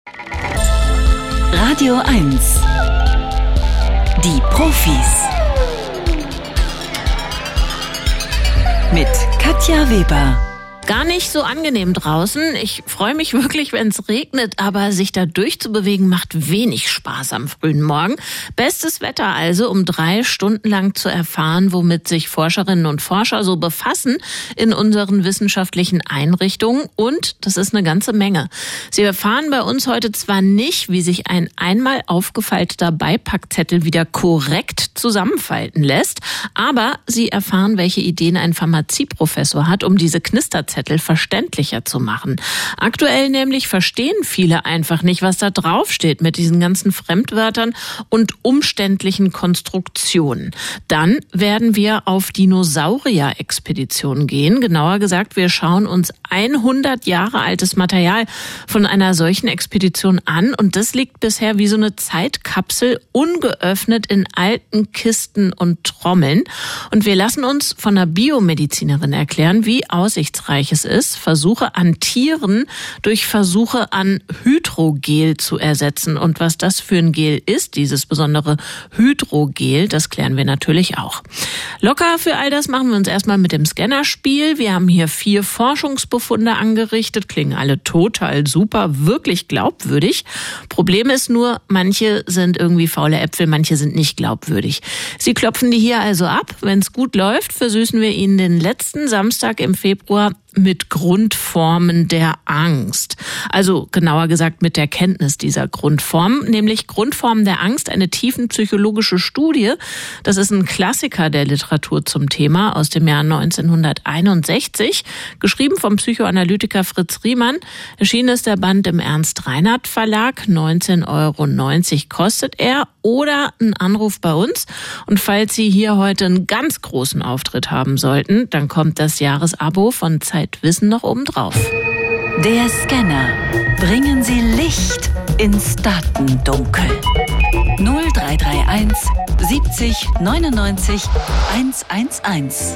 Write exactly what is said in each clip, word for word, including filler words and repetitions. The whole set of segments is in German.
Radio eins. Die Profis. Mit Katja Weber. Gar nicht so angenehm draußen. Ich freue mich wirklich, wenn es regnet, aber sich da durchzubewegen macht wenig Spaß am frühen Morgen. Bestes Wetter also, um drei Stunden lang zu erfahren, womit sich Forscherinnen und Forscher so befassen in unseren wissenschaftlichen Einrichtungen. Und das ist eine ganze Menge. Sie erfahren bei uns heute zwar nicht, wie sich ein einmal aufgefalteter Beipackzettel wieder korrekt zusammenfalten lässt, aber Sie erfahren, welche Ideen ein Pharmazieprofessor hat, um diese Knisterzettel verständlicher zu machen. Aktuell nämlich verstehen viele einfach nicht, was da draufsteht mit diesen ganzen Fremdwörtern und umständlichen Konstruktionen. Dann werden wir auf Dinosaurier-Expeditionen gehen. Genauer gesagt, wir schauen uns hundert Jahre altes Material von einer solchen Expedition an und das liegt bisher wie so eine Zeitkapsel ungeöffnet in alten Kisten und Trommeln. Und wir lassen uns von einer Biomedizinerin erklären, wie aussichtsreich es ist, Versuche an Tieren durch Versuche an Hydrogel zu ersetzen. Und was das für ein Gel ist, dieses besondere Hydrogel, das klären wir natürlich auch. Locker für all das machen wir uns erstmal mit dem Scannerspiel. Wir haben hier vier Forschungsbefunde angerichtet, klingen alle total super, wirklich glaubwürdig. Problem ist nur, manche sind irgendwie faule Äpfel, manche sind nicht glaubwürdig. Sie klopfen die hier also ab. Wenn es gut läuft, versüßen wir Ihnen den letzten Samstag im Februar mit Grundformen der Angst. Also genauer gesagt mit der Kenntnis dieser Grundformen, nämlich Grundformen der Angst, eine tiefenpsychologische Studie. Das ist ein Klassiker der Literatur zum Thema aus dem Jahr neunzehnhunderteinundsechzig, geschrieben vom Psychoanalytiker Fritz Riemann. Erschienen ist der Band im Ernst-Reinhardt Verlag, neunzehn Euro neunzig kostet er, oder ein Anruf bei uns. Und falls Sie hier heute einen ganz großen Auftritt haben sollten, dann kommt das Jahresabo von Zeitwissen noch oben drauf. Der Scanner. Bringen Sie Licht ins Datendunkel. null drei drei eins siebzig neunundneunzig hundertzehn.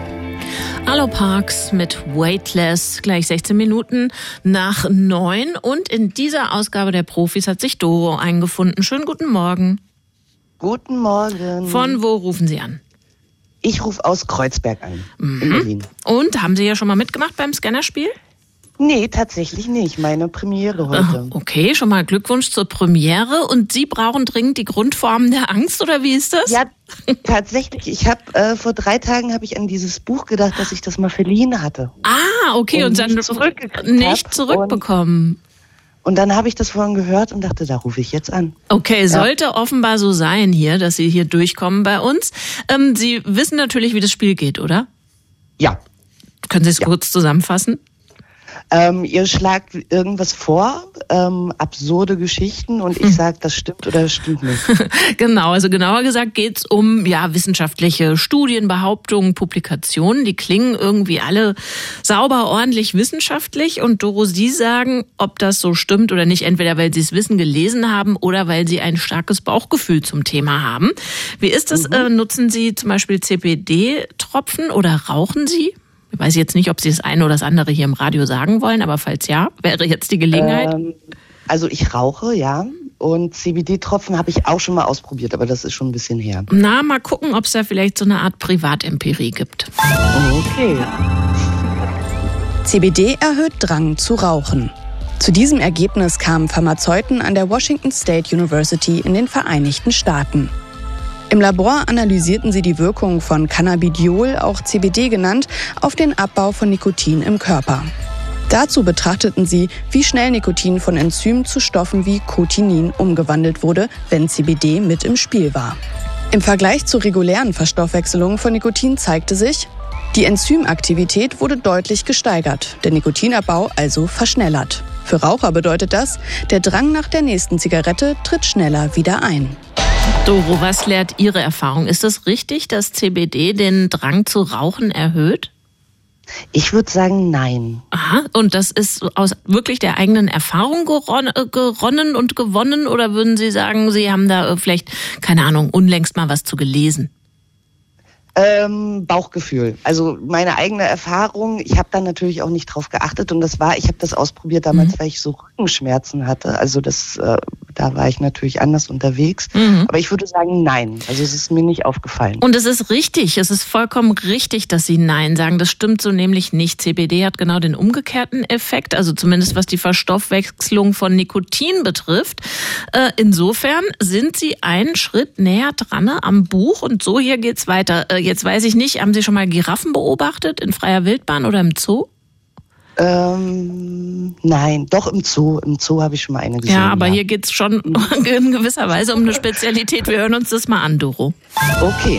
Hallo Parks mit Weightless, gleich sechzehn Minuten nach neun. Und in dieser Ausgabe der Profis hat sich Doro eingefunden. Schönen guten Morgen. Guten Morgen. Von wo rufen Sie an? Ich rufe aus Kreuzberg an, mhm. in Berlin. Und, haben Sie ja schon mal mitgemacht beim Scannerspiel? Nee, tatsächlich nicht. Meine Premiere heute. Okay, schon mal Glückwunsch zur Premiere. Und Sie brauchen dringend die Grundformen der Angst, oder wie ist das? Ja, tatsächlich. Ich habe äh, vor drei Tagen habe ich an dieses Buch gedacht, dass ich das mal verliehen hatte. Ah, okay. Und, und dann nicht, nicht zurückbekommen. Und, und dann habe ich das vorhin gehört und dachte, da rufe ich jetzt an. Okay, sollte ja. offenbar so sein hier, dass Sie hier durchkommen bei uns. Ähm, Sie wissen natürlich, wie das Spiel geht, oder? Ja. Können Sie es ja. kurz zusammenfassen? Ähm, ihr schlagt irgendwas vor, ähm, absurde Geschichten, und ich sage, das stimmt oder das stimmt nicht. Genau, also genauer gesagt geht's um ja wissenschaftliche Studien, Behauptungen, Publikationen. Die klingen irgendwie alle sauber, ordentlich wissenschaftlich. Und Doro, Sie sagen, ob das so stimmt oder nicht, entweder weil Sie es Wissen gelesen haben oder weil Sie ein starkes Bauchgefühl zum Thema haben. Wie ist das? Mhm. Äh, nutzen Sie zum Beispiel C B D-Tropfen oder rauchen Sie? Ich weiß jetzt nicht, ob Sie das eine oder das andere hier im Radio sagen wollen, aber falls ja, wäre jetzt die Gelegenheit. Ähm, also ich rauche, ja. Und C B D-Tropfen habe ich auch schon mal ausprobiert, aber das ist schon ein bisschen her. Na, mal gucken, ob es da vielleicht so eine Art Privatempirie gibt. Okay. C B D erhöht Drang zu rauchen. Zu diesem Ergebnis kamen Pharmazeuten an der Washington State University in den Vereinigten Staaten. Im Labor analysierten sie die Wirkung von Cannabidiol, auch C B D genannt, auf den Abbau von Nikotin im Körper. Dazu betrachteten sie, wie schnell Nikotin von Enzymen zu Stoffen wie Cotinin umgewandelt wurde, wenn C B D mit im Spiel war. Im Vergleich zur regulären Verstoffwechselung von Nikotin zeigte sich, die Enzymaktivität wurde deutlich gesteigert, der Nikotinabbau also verschnellert. Für Raucher bedeutet das, der Drang nach der nächsten Zigarette tritt schneller wieder ein. Doro, was lehrt Ihre Erfahrung? Ist es richtig, dass C B D den Drang zu rauchen erhöht? Ich würde sagen, nein. Aha, und das ist aus wirklich der eigenen Erfahrung geronnen und gewonnen? Oder würden Sie sagen, Sie haben da vielleicht, keine Ahnung, unlängst mal was zu gelesen? Ähm, Bauchgefühl. Also meine eigene Erfahrung, ich habe da natürlich auch nicht drauf geachtet und das war, ich habe das ausprobiert damals, mhm. weil ich so Rückenschmerzen hatte. Also das, äh, da war ich natürlich anders unterwegs. Mhm. Aber ich würde sagen, nein. Also es ist mir nicht aufgefallen. Und es ist richtig, es ist vollkommen richtig, dass Sie Nein sagen. Das stimmt so nämlich nicht. C B D hat genau den umgekehrten Effekt, also zumindest was die Verstoffwechslung von Nikotin betrifft. Äh, insofern sind Sie einen Schritt näher dran am Buch und so hier geht's weiter. Äh, Jetzt weiß ich nicht, haben Sie schon mal Giraffen beobachtet in freier Wildbahn oder im Zoo? Ähm, nein, doch im Zoo. Im Zoo habe ich schon mal eine gesehen. Ja, aber ja. Hier geht es schon in gewisser Weise um eine Spezialität. Wir hören uns das mal an, Doro. Okay.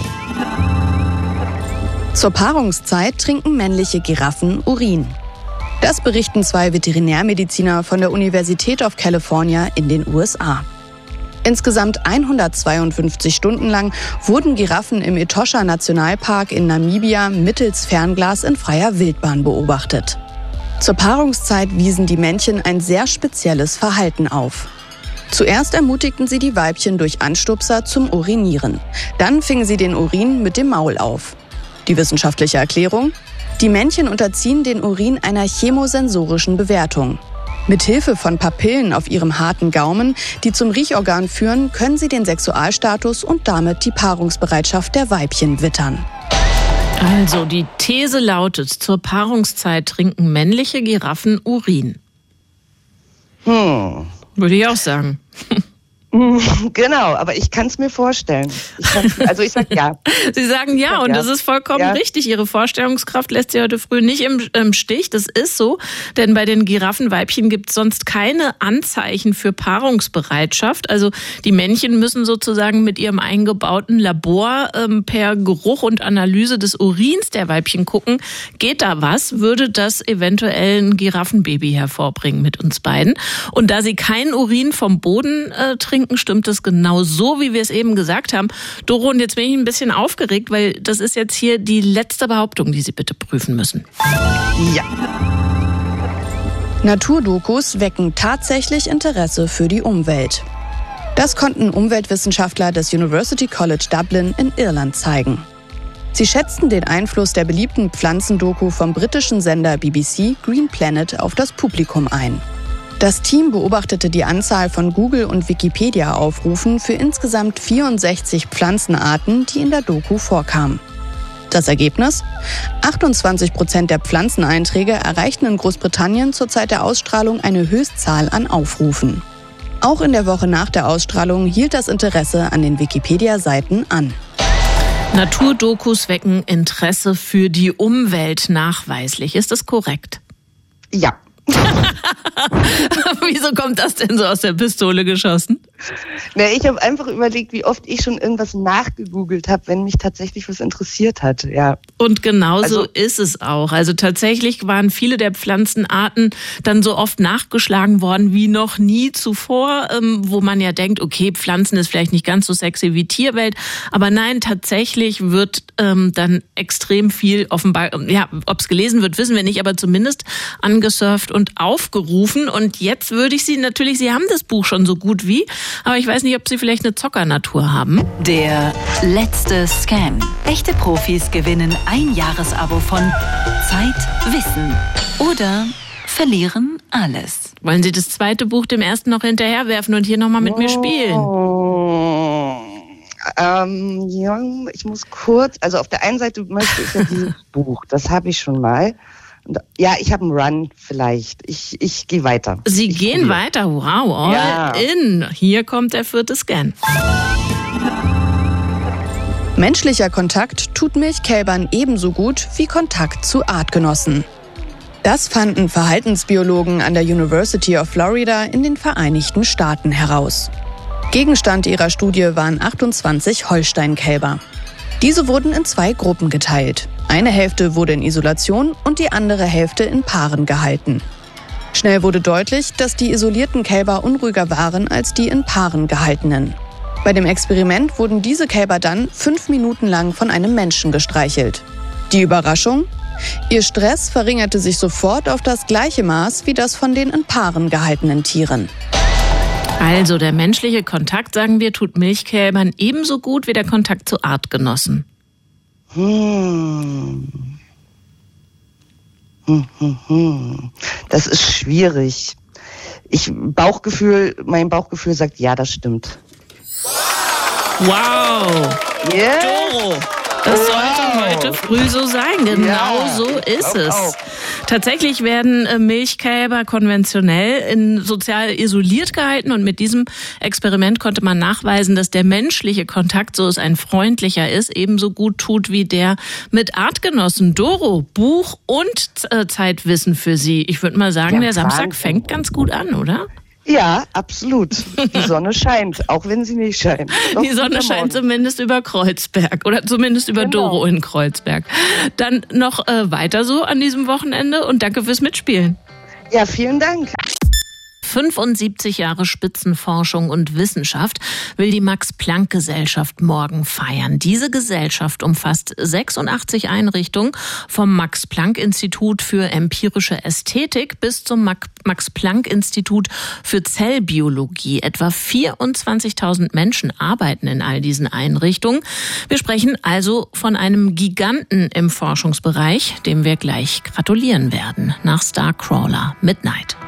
Zur Paarungszeit trinken männliche Giraffen Urin. Das berichten zwei Veterinärmediziner von der Universität of California in den U S A. Insgesamt hundertzweiundfünfzig Stunden lang wurden Giraffen im Etosha-Nationalpark in Namibia mittels Fernglas in freier Wildbahn beobachtet. Zur Paarungszeit wiesen die Männchen ein sehr spezielles Verhalten auf. Zuerst ermutigten sie die Weibchen durch Anstupser zum Urinieren. Dann fingen sie den Urin mit dem Maul auf. Die wissenschaftliche Erklärung? Die Männchen unterziehen den Urin einer chemosensorischen Bewertung. Mit Hilfe von Papillen auf ihrem harten Gaumen, die zum Riechorgan führen, können sie den Sexualstatus und damit die Paarungsbereitschaft der Weibchen wittern. Also die These lautet, zur Paarungszeit trinken männliche Giraffen Urin. Hm. Würde ich auch sagen. Genau, aber ich kann es mir vorstellen. Ich kann's, also ich sag ja. Sie sagen ja und ja. Das ist vollkommen ja. richtig. Ihre Vorstellungskraft lässt Sie heute früh nicht im, im Stich. Das ist so, denn bei den Giraffenweibchen gibt es sonst keine Anzeichen für Paarungsbereitschaft. Also die Männchen müssen sozusagen mit ihrem eingebauten Labor ähm, per Geruch und Analyse des Urins der Weibchen gucken, geht da was? Würde das eventuell ein Giraffenbaby hervorbringen mit uns beiden? Und da sie keinen Urin vom Boden äh, trinken, stimmt es genau so, wie wir es eben gesagt haben. Doro, und jetzt bin ich ein bisschen aufgeregt, weil das ist jetzt hier die letzte Behauptung, die Sie bitte prüfen müssen. Ja. Naturdokus wecken tatsächlich Interesse für die Umwelt. Das konnten Umweltwissenschaftler des University College Dublin in Irland zeigen. Sie schätzten den Einfluss der beliebten Pflanzendoku vom britischen Sender B B C Green Planet auf das Publikum ein. Das Team beobachtete die Anzahl von Google- und Wikipedia-Aufrufen für insgesamt vierundsechzig Pflanzenarten, die in der Doku vorkamen. Das Ergebnis? achtundzwanzig Prozent der Pflanzeneinträge erreichten in Großbritannien zur Zeit der Ausstrahlung eine Höchstzahl an Aufrufen. Auch in der Woche nach der Ausstrahlung hielt das Interesse an den Wikipedia-Seiten an. Naturdokus wecken Interesse für die Umwelt nachweislich. Ist das korrekt? Ja. Wieso kommt das denn so aus der Pistole geschossen? Na, ich habe einfach überlegt, wie oft ich schon irgendwas nachgegoogelt habe, wenn mich tatsächlich was interessiert hat. Ja. Und genauso also, ist es auch. Also tatsächlich waren viele der Pflanzenarten dann so oft nachgeschlagen worden wie noch nie zuvor, ähm, wo man ja denkt, okay, Pflanzen ist vielleicht nicht ganz so sexy wie Tierwelt, aber nein, tatsächlich wird ähm, dann extrem viel offenbar, ja, ob es gelesen wird, wissen wir nicht, aber zumindest angesurft und aufgerufen. Und jetzt würde ich Sie natürlich, Sie haben das Buch schon so gut wie, aber ich weiß nicht, ob Sie vielleicht eine Zockernatur haben. Der letzte Scan. Echte Profis gewinnen ein Jahresabo von Zeit, Wissen oder verlieren alles. Wollen Sie das zweite Buch dem ersten noch hinterherwerfen und hier nochmal mit oh. mir spielen? Ähm, ja, ich muss kurz, also auf der einen Seite möchte ich ja dieses Buch, das habe ich schon mal. Und, ja, ich habe einen Run vielleicht. Ich, ich gehe weiter. Sie ich gehen probiere. weiter, wow, all ja. in. Hier kommt der vierte Scan. Menschlicher Kontakt tut Milchkälbern ebenso gut wie Kontakt zu Artgenossen. Das fanden Verhaltensbiologen an der University of Florida in den Vereinigten Staaten heraus. Gegenstand ihrer Studie waren achtundzwanzig Holsteinkälber. Diese wurden in zwei Gruppen geteilt. Eine Hälfte wurde in Isolation und die andere Hälfte in Paaren gehalten. Schnell wurde deutlich, dass die isolierten Kälber unruhiger waren als die in Paaren gehaltenen. Bei dem Experiment wurden diese Kälber dann fünf Minuten lang von einem Menschen gestreichelt. Die Überraschung? Ihr Stress verringerte sich sofort auf das gleiche Maß wie das von den in Paaren gehaltenen Tieren. Also der menschliche Kontakt, sagen wir, tut Milchkälbern ebenso gut wie der Kontakt zu Artgenossen. Hm. Hm, hm, hm. Das ist schwierig. Ich, Bauchgefühl, mein Bauchgefühl sagt, ja, das stimmt. Wow! Yeah. Doro! Das Wow. sollte heute früh so sein. Genau Ja. so ist Auf, es. auf. Tatsächlich werden äh, Milchkälber konventionell in sozial isoliert gehalten und mit diesem Experiment konnte man nachweisen, dass der menschliche Kontakt, so es ein freundlicher ist, ebenso gut tut wie der mit Artgenossen. Doro, Buch und äh, Zeitwissen für Sie. Ich würde mal sagen, Ja, der Samstag Wahnsinn. fängt ganz gut an, oder? Ja, absolut. Die Sonne scheint, auch wenn sie nicht scheint. Doch, Die Sonne guten scheint Morgen. zumindest über Kreuzberg oder zumindest über Genau. Doro in Kreuzberg. Dann noch äh, weiter so an diesem Wochenende und danke fürs Mitspielen. Ja, vielen Dank. fünfundsiebzig Jahre Spitzenforschung und Wissenschaft will die Max-Planck-Gesellschaft morgen feiern. Diese Gesellschaft umfasst sechsundachtzig Einrichtungen vom Max-Planck-Institut für empirische Ästhetik bis zum Max-Planck-Institut für Zellbiologie. Etwa vierundzwanzigtausend Menschen arbeiten in all diesen Einrichtungen. Wir sprechen also von einem Giganten im Forschungsbereich, dem wir gleich gratulieren werden. Nach Starcrawler Midnight.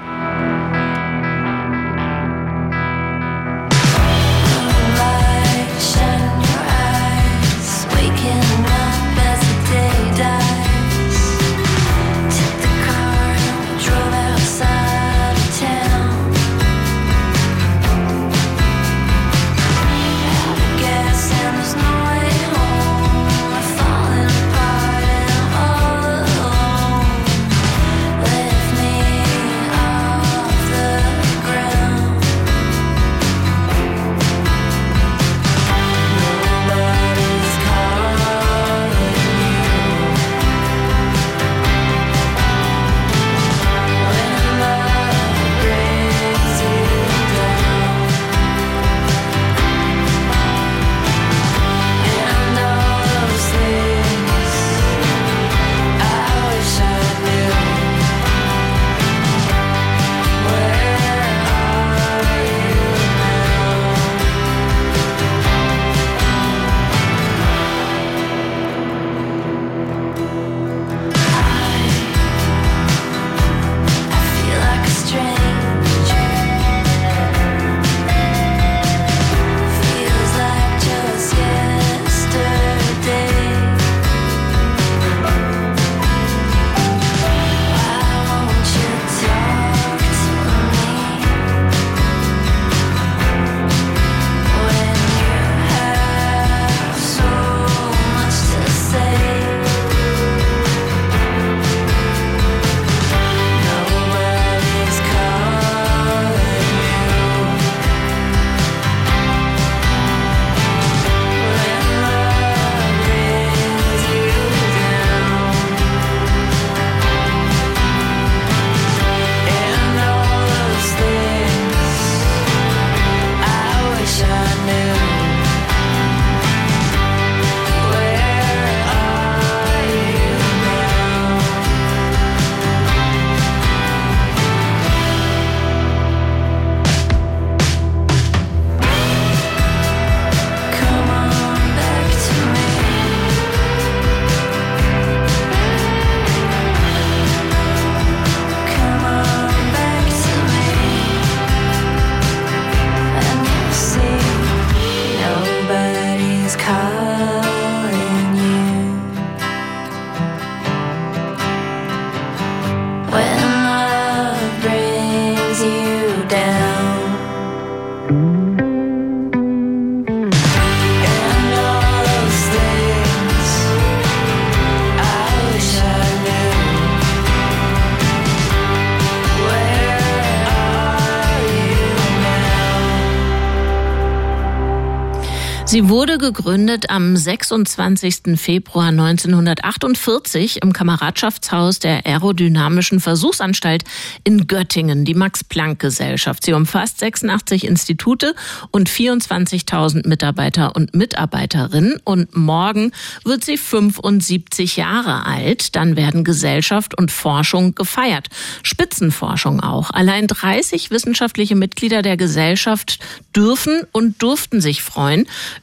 Sie wurde gegründet am sechsundzwanzigsten Februar neunzehnhundertachtundvierzig im Kameradschaftshaus der Aerodynamischen Versuchsanstalt in Göttingen, die Max-Planck-Gesellschaft. Sie umfasst sechsundachtzig Institute und vierundzwanzigtausend Mitarbeiter und Mitarbeiterinnen. Und morgen wird sie fünfundsiebzig Jahre alt. Dann werden Gesellschaft und Forschung gefeiert. Spitzenforschung auch. Allein dreißig wissenschaftliche Mitglieder der Gesellschaft dürfen und durften sich freuen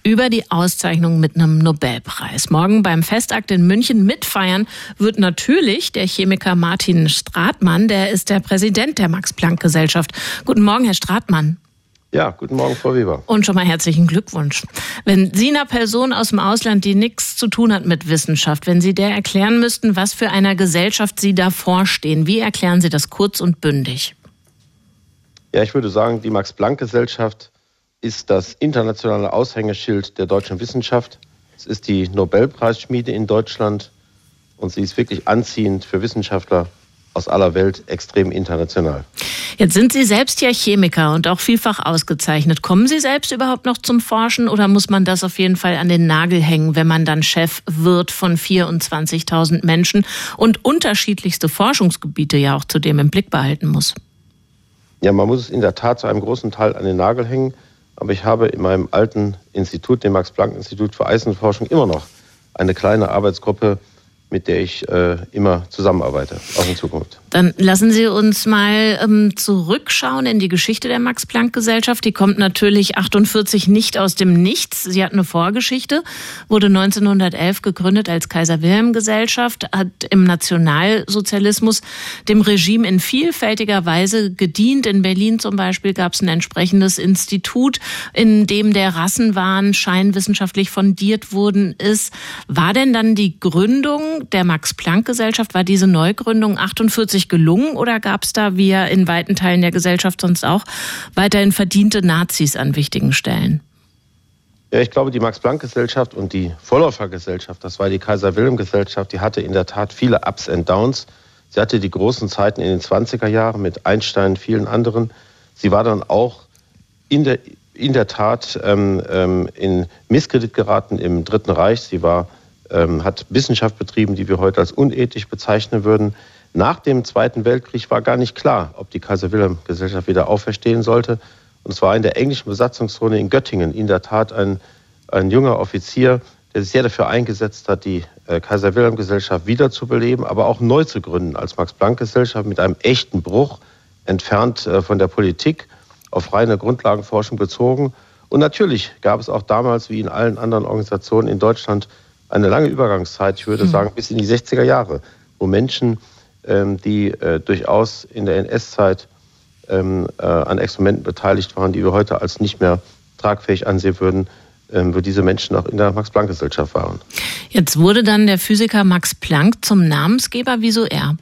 über die Auszeichnung mit einem Nobelpreis. Morgen beim Festakt in München mitfeiern wird natürlich der Chemiker Martin Stratmann. Der ist der Präsident der Max-Planck-Gesellschaft. Guten Morgen, Herr Stratmann. Ja, guten Morgen, Frau Weber. Und schon mal herzlichen Glückwunsch. Wenn Sie einer Person aus dem Ausland, die nichts zu tun hat mit Wissenschaft, wenn Sie der erklären müssten, was für einer Gesellschaft Sie da vorstehen, wie erklären Sie das kurz und bündig? Ja, ich würde sagen, die Max-Planck-Gesellschaft ist das internationale Aushängeschild der deutschen Wissenschaft. Es ist die Nobelpreisschmiede in Deutschland und sie ist wirklich anziehend für Wissenschaftler aus aller Welt, extrem international. Jetzt sind Sie selbst ja Chemiker und auch vielfach ausgezeichnet. Kommen Sie selbst überhaupt noch zum Forschen oder muss man das auf jeden Fall an den Nagel hängen, wenn man dann Chef wird von vierundzwanzigtausend Menschen und unterschiedlichste Forschungsgebiete ja auch zudem im Blick behalten muss? Ja, man muss es in der Tat zu einem großen Teil an den Nagel hängen. Aber ich habe in meinem alten Institut, dem Max-Planck-Institut für Eisenforschung, immer noch eine kleine Arbeitsgruppe, mit der ich äh, immer zusammenarbeite, auch in Zukunft. Dann lassen Sie uns mal ähm, zurückschauen in die Geschichte der Max-Planck-Gesellschaft. Die kommt natürlich achtundvierzig nicht aus dem Nichts. Sie hat eine Vorgeschichte, wurde neunzehnhundertelf gegründet als Kaiser-Wilhelm-Gesellschaft, hat im Nationalsozialismus dem Regime in vielfältiger Weise gedient. In Berlin zum Beispiel gab es ein entsprechendes Institut, in dem der Rassenwahn scheinwissenschaftlich fundiert worden ist. War denn dann die Gründung der Max-Planck-Gesellschaft, war diese Neugründung achtundvierzig gelungen oder gab es da, wie ja in weiten Teilen der Gesellschaft sonst auch, weiterhin verdiente Nazis an wichtigen Stellen? Ja, ich glaube, die Max-Planck-Gesellschaft und die Vorläufergesellschaft, das war die Kaiser-Wilhelm-Gesellschaft, die hatte in der Tat viele Ups and Downs. Sie hatte die großen Zeiten in den zwanziger Jahren mit Einstein und vielen anderen. Sie war dann auch in der, in der Tat ähm, ähm, in Misskredit geraten im Dritten Reich. Sie war Ähm, hat Wissenschaft betrieben, die wir heute als unethisch bezeichnen würden. Nach dem Zweiten Weltkrieg war gar nicht klar, ob die Kaiser-Wilhelm-Gesellschaft wieder auferstehen sollte. Und es war in der englischen Besatzungszone in Göttingen in der Tat ein, ein junger Offizier, der sich sehr dafür eingesetzt hat, die äh, Kaiser-Wilhelm-Gesellschaft wiederzubeleben, aber auch neu zu gründen als Max-Planck-Gesellschaft mit einem echten Bruch, entfernt äh, von der Politik, auf reine Grundlagenforschung bezogen. Und natürlich gab es auch damals, wie in allen anderen Organisationen in Deutschland, eine lange Übergangszeit, ich würde sagen bis in die sechziger Jahre, wo Menschen, ähm, die äh, durchaus in der N S-Zeit ähm, äh, an Experimenten beteiligt waren, die wir heute als nicht mehr tragfähig ansehen würden, ähm, wo diese Menschen auch in der Max-Planck-Gesellschaft waren. Jetzt wurde dann der Physiker Max Planck zum Namensgeber. Wieso er?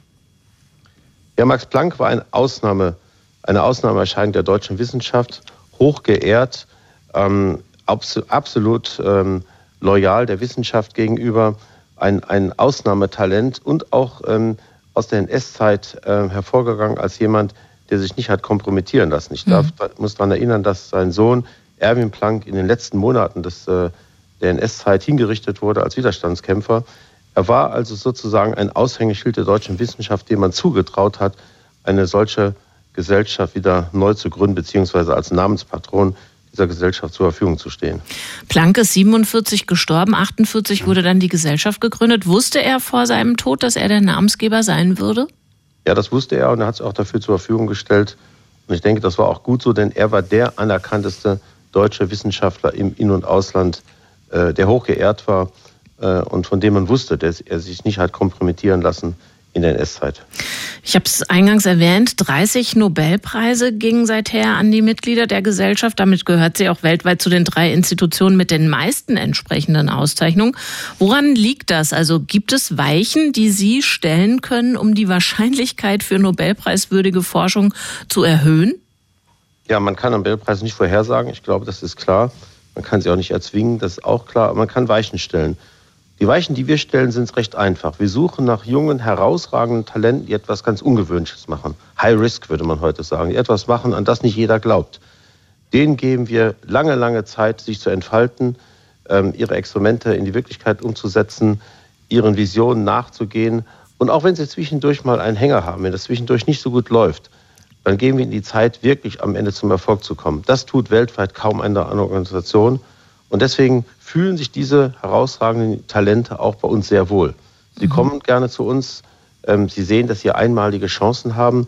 Ja, Max Planck war eine Ausnahme, eine Ausnahmeerscheinung der deutschen Wissenschaft, hoch geehrt, ähm, abs- absolut ähm, loyal der Wissenschaft gegenüber, ein, ein Ausnahmetalent und auch ähm, aus der N S-Zeit äh, hervorgegangen als jemand, der sich nicht hat kompromittieren lassen. Ich darf, mhm. muss daran erinnern, dass sein Sohn Erwin Planck in den letzten Monaten des, äh, der N S-Zeit hingerichtet wurde als Widerstandskämpfer. Er war also sozusagen ein Aushängeschild der deutschen Wissenschaft, dem man zugetraut hat, eine solche Gesellschaft wieder neu zu gründen, beziehungsweise als Namenspatron dieser Gesellschaft zur Verfügung zu stehen. Planck ist siebenundvierzig gestorben, achtundvierzig wurde dann die Gesellschaft gegründet. Wusste er vor seinem Tod, dass er der Namensgeber sein würde? Ja, das wusste er und er hat es auch dafür zur Verfügung gestellt. Und ich denke, das war auch gut so, denn er war der anerkannteste deutsche Wissenschaftler im In- und Ausland, äh, der hoch geehrt war äh, und von dem man wusste, dass er sich nicht hat kompromittieren lassen in der N S-Zeit. Ich habe es eingangs erwähnt, dreißig Nobelpreise gingen seither an die Mitglieder der Gesellschaft. Damit gehört sie auch weltweit zu den drei Institutionen mit den meisten entsprechenden Auszeichnungen. Woran liegt das? Also gibt es Weichen, die Sie stellen können, um die Wahrscheinlichkeit für nobelpreiswürdige Forschung zu erhöhen? Ja, man kann Nobelpreis nicht vorhersagen. Ich glaube, das ist klar. Man kann sie auch nicht erzwingen, das ist auch klar. Aber man kann Weichen stellen. Die Weichen, die wir stellen, sind recht einfach. Wir suchen nach jungen, herausragenden Talenten, die etwas ganz Ungewöhnliches machen. High Risk, würde man heute sagen. Die etwas machen, an das nicht jeder glaubt. Denen geben wir lange, lange Zeit, sich zu entfalten, ihre Experimente in die Wirklichkeit umzusetzen, ihren Visionen nachzugehen. Und auch wenn sie zwischendurch mal einen Hänger haben, wenn das zwischendurch nicht so gut läuft, dann geben wir ihnen die Zeit, wirklich am Ende zum Erfolg zu kommen. Das tut weltweit kaum eine andere Organisation. Und deswegen fühlen sich diese herausragenden Talente auch bei uns sehr wohl. Sie mhm. kommen gerne zu uns, ähm, sie sehen, dass sie einmalige Chancen haben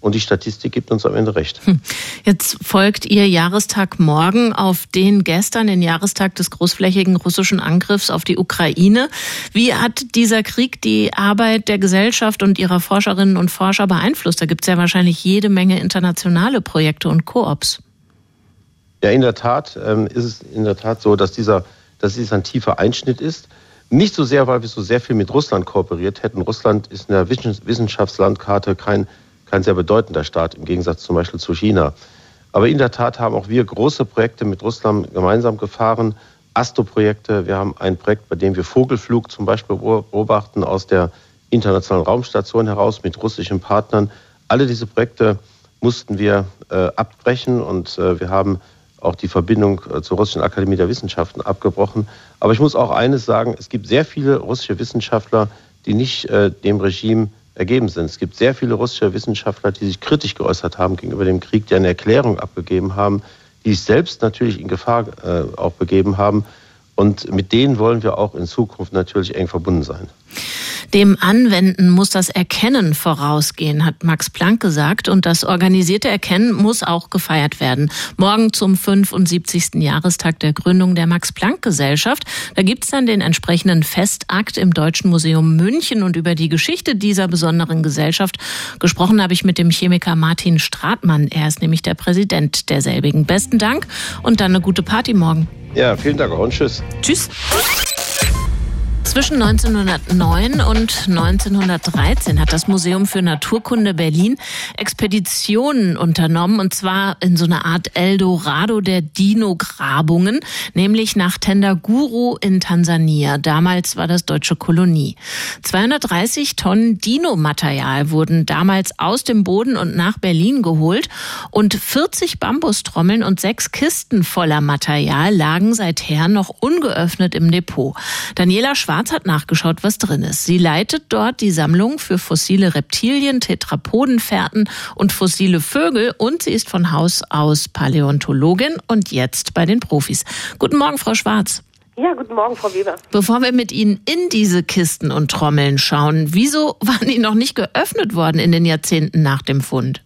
Und die Statistik gibt uns am Ende recht. Jetzt folgt Ihr Jahrestag morgen auf den gestern, den Jahrestag des großflächigen russischen Angriffs auf die Ukraine. Wie hat dieser Krieg die Arbeit der Gesellschaft und ihrer Forscherinnen und Forscher beeinflusst? Da gibt es ja wahrscheinlich jede Menge internationale Projekte und Koops. Ja, in der Tat ähm, ist es in der Tat so, dass dieser, dass dies ein tiefer Einschnitt ist. Nicht so sehr, weil wir so sehr viel mit Russland kooperiert hätten. Russland ist in der Wissenschaftslandkarte kein kein sehr bedeutender Staat im Gegensatz zum Beispiel zu China. Aber in der Tat haben auch wir große Projekte mit Russland gemeinsam gefahren, ASTO-Projekte. Wir haben ein Projekt, bei dem wir Vogelflug zum Beispiel beobachten aus der internationalen Raumstation heraus mit russischen Partnern. Alle diese Projekte mussten wir äh, abbrechen und äh, wir haben auch die Verbindung äh, zur Russischen Akademie der Wissenschaften abgebrochen. Aber ich muss auch eines sagen, es gibt sehr viele russische Wissenschaftler, die nicht äh, dem Regime ergeben sind. Es gibt sehr viele russische Wissenschaftler, die sich kritisch geäußert haben gegenüber dem Krieg, die eine Erklärung abgegeben haben, die sich selbst natürlich in Gefahr äh, auch begeben haben. Und mit denen wollen wir auch in Zukunft natürlich eng verbunden sein. Dem Anwenden muss das Erkennen vorausgehen, hat Max Planck gesagt. Und das organisierte Erkennen muss auch gefeiert werden. Morgen zum fünfundsiebzigsten Jahrestag der Gründung der Max-Planck-Gesellschaft. Da gibt's dann den entsprechenden Festakt im Deutschen Museum München. Und über die Geschichte dieser besonderen Gesellschaft gesprochen habe ich mit dem Chemiker Martin Stratmann. Er ist nämlich der Präsident derselbigen. Besten Dank und dann eine gute Party morgen. Ja, vielen Dank auch und tschüss. Tschüss. Zwischen neunzehnhundertneun und neunzehnhundertdreizehn hat das Museum für Naturkunde Berlin Expeditionen unternommen, und zwar in so einer Art Eldorado der Dino-Grabungen, nämlich nach Tendaguru in Tansania. Damals war das deutsche Kolonie. zweihundertdreißig Tonnen Dino-Material wurden damals aus dem Boden und nach Berlin geholt und vierzig Bambustrommeln und sechs Kisten voller Material lagen seither noch ungeöffnet im Depot. Daniela Schwarz hat nachgeschaut, was drin ist. Sie leitet dort die Sammlung für fossile Reptilien, Tetrapodenfährten und fossile Vögel, und sie ist von Haus aus Paläontologin und jetzt bei den Profis. Guten Morgen, Frau Schwarz. Ja, guten Morgen, Frau Weber. Bevor wir mit Ihnen in diese Kisten und Trommeln schauen, wieso waren die noch nicht geöffnet worden in den Jahrzehnten nach dem Fund?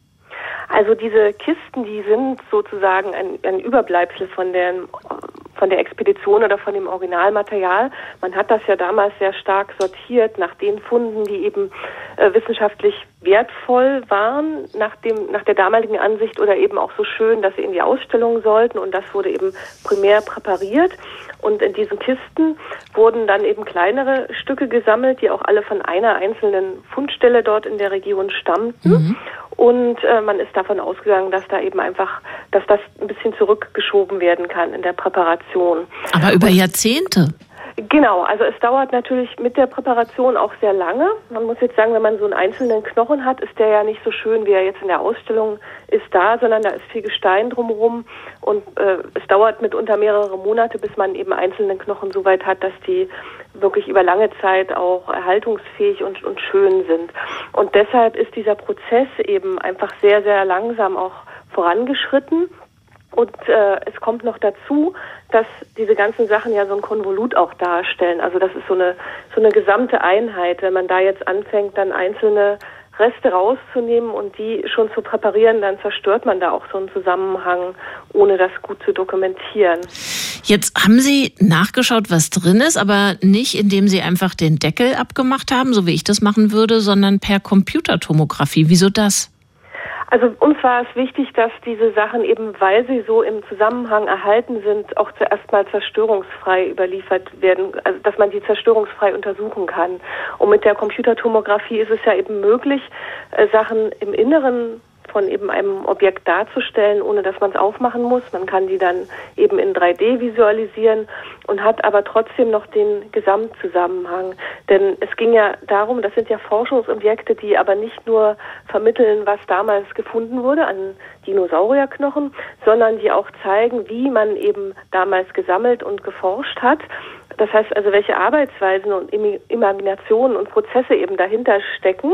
Also diese Kisten, die sind sozusagen ein, ein Überbleibsel von der, von der Expedition oder von dem Originalmaterial. Man hat das ja damals sehr stark sortiert nach den Funden, die eben äh, wissenschaftlich wertvoll waren, nach dem, nach der damaligen Ansicht, oder eben auch so schön, dass sie in die Ausstellung sollten, und das wurde eben primär präpariert. Und in diesen Kisten wurden dann eben kleinere Stücke gesammelt, die auch alle von einer einzelnen Fundstelle dort in der Region stammten. Mhm. Und äh, man ist davon ausgegangen, dass da eben einfach, dass das ein bisschen zurückgeschoben werden kann in der Präparation. Aber über Jahrzehnte? Genau, also es dauert natürlich mit der Präparation auch sehr lange. Man muss jetzt sagen, wenn man so einen einzelnen Knochen hat, ist der ja nicht so schön, wie er jetzt in der Ausstellung ist da, sondern da ist viel Gestein drumherum, und äh, es dauert mitunter mehrere Monate, bis man eben einzelne Knochen so weit hat, dass die wirklich über lange Zeit auch erhaltungsfähig und, und schön sind. Und deshalb ist dieser Prozess eben einfach sehr, sehr langsam auch vorangeschritten. Und äh, es kommt noch dazu, dass diese ganzen Sachen ja so ein Konvolut auch darstellen. Also das ist so eine so eine gesamte Einheit. Wenn man da jetzt anfängt, dann einzelne Reste rauszunehmen und die schon zu präparieren, dann zerstört man da auch so einen Zusammenhang, ohne das gut zu dokumentieren. Jetzt haben Sie nachgeschaut, was drin ist, aber nicht, indem Sie einfach den Deckel abgemacht haben, so wie ich das machen würde, sondern per Computertomographie. Wieso das? Also uns war es wichtig, dass diese Sachen eben, weil sie so im Zusammenhang erhalten sind, auch zuerst mal zerstörungsfrei überliefert werden, also dass man die zerstörungsfrei untersuchen kann. Und mit der Computertomographie ist es ja eben möglich, Sachen im Inneren von eben einem Objekt darzustellen, ohne dass man es aufmachen muss. Man kann die dann eben in drei D visualisieren und hat aber trotzdem noch den Gesamtzusammenhang. Denn es ging ja darum, das sind ja Forschungsobjekte, die aber nicht nur vermitteln, was damals gefunden wurde an Dinosaurierknochen, sondern die auch zeigen, wie man eben damals gesammelt und geforscht hat. Das heißt also, welche Arbeitsweisen und Imaginationen und Prozesse eben dahinter stecken.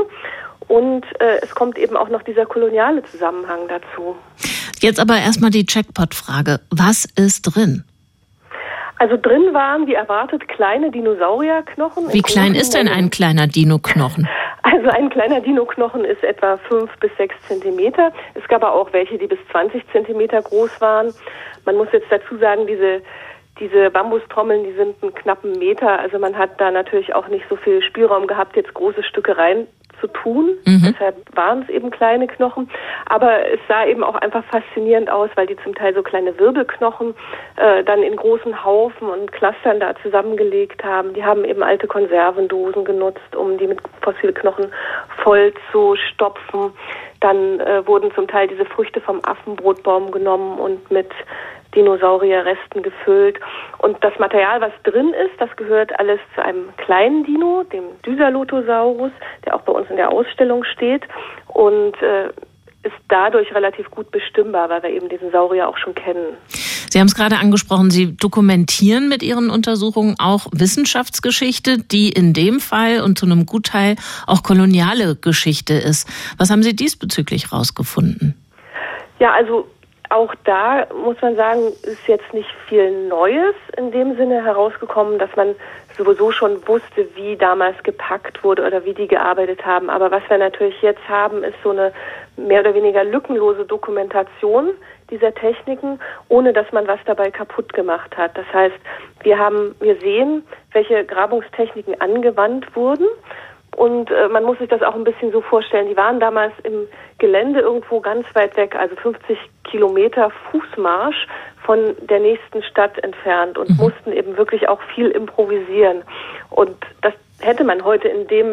Und äh, es kommt eben auch noch dieser koloniale Zusammenhang dazu. Jetzt aber erstmal die Jackpot-Frage. Was ist drin? Also drin waren, wie erwartet, kleine Dinosaurierknochen. Wie klein ist denn ein kleiner Dino-Knochen? Also ein kleiner Dino-Knochen ist etwa fünf bis sechs Zentimeter. Es gab aber auch welche, die bis zwanzig Zentimeter groß waren. Man muss jetzt dazu sagen, diese Diese Bambustrommeln, die sind einen knappen Meter. Also man hat da natürlich auch nicht so viel Spielraum gehabt, jetzt große Stücke rein zu tun. Mhm. Deshalb waren es eben kleine Knochen. Aber es sah eben auch einfach faszinierend aus, weil die zum Teil so kleine Wirbelknochen äh, dann in großen Haufen und Clustern da zusammengelegt haben. Die haben eben alte Konservendosen genutzt, um die mit fossilen Knochen voll zu stopfen. Dann äh, wurden zum Teil diese Früchte vom Affenbrotbaum genommen und mit Dinosaurierresten gefüllt. Und das Material, was drin ist, das gehört alles zu einem kleinen Dino, dem Dysalotosaurus, der auch bei uns in der Ausstellung steht und äh, ist dadurch relativ gut bestimmbar, weil wir eben diesen Saurier auch schon kennen. Sie haben es gerade angesprochen, Sie dokumentieren mit Ihren Untersuchungen auch Wissenschaftsgeschichte, die in dem Fall und zu einem Gutteil auch koloniale Geschichte ist. Was haben Sie diesbezüglich rausgefunden? Ja, also auch da muss man sagen, ist jetzt nicht viel Neues in dem Sinne herausgekommen, dass man sowieso schon wusste, wie damals gepackt wurde oder wie die gearbeitet haben. Aber was wir natürlich jetzt haben, ist so eine mehr oder weniger lückenlose Dokumentation dieser Techniken, ohne dass man was dabei kaputt gemacht hat. Das heißt, wir haben, wir sehen, welche Grabungstechniken angewandt wurden. Und äh, man muss sich das auch ein bisschen so vorstellen, die waren damals im Gelände irgendwo ganz weit weg, also fünfzig Kilometer Fußmarsch von der nächsten Stadt entfernt und mhm. mussten eben wirklich auch viel improvisieren. Und das hätte man heute in dem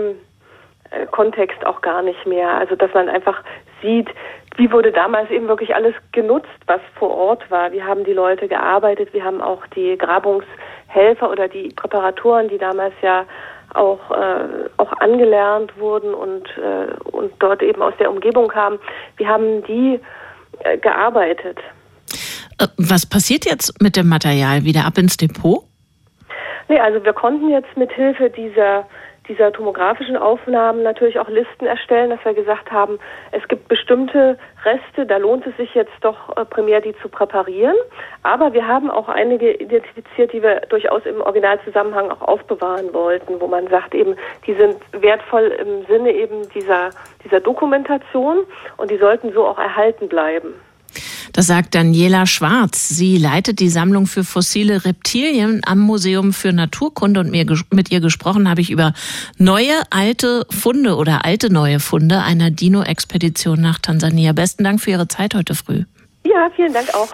äh, Kontext auch gar nicht mehr. Also dass man einfach sieht, wie wurde damals eben wirklich alles genutzt, was vor Ort war. Wie haben die Leute gearbeitet, wir haben auch die Grabungshelfer oder die Präparatoren, die damals ja auch äh, auch angelernt wurden und äh, und dort eben aus der Umgebung kamen. Wir haben die äh, gearbeitet. Was passiert jetzt mit dem Material? Wieder ab ins Depot? Nee, also wir konnten jetzt mit Hilfe dieser dieser tomografischen Aufnahmen natürlich auch Listen erstellen, dass wir gesagt haben, es gibt bestimmte Reste, da lohnt es sich jetzt doch äh, primär die zu präparieren. Aber wir haben auch einige identifiziert, die wir durchaus im Originalzusammenhang auch aufbewahren wollten, wo man sagt eben, die sind wertvoll im Sinne eben dieser, dieser Dokumentation und die sollten so auch erhalten bleiben. Das sagt Daniela Schwarz. Sie leitet die Sammlung für fossile Reptilien am Museum für Naturkunde und mir, mit ihr gesprochen habe ich über neue, alte Funde oder alte, neue Funde einer Dino-Expedition nach Tansania. Besten Dank für Ihre Zeit heute früh. Ja, vielen Dank auch.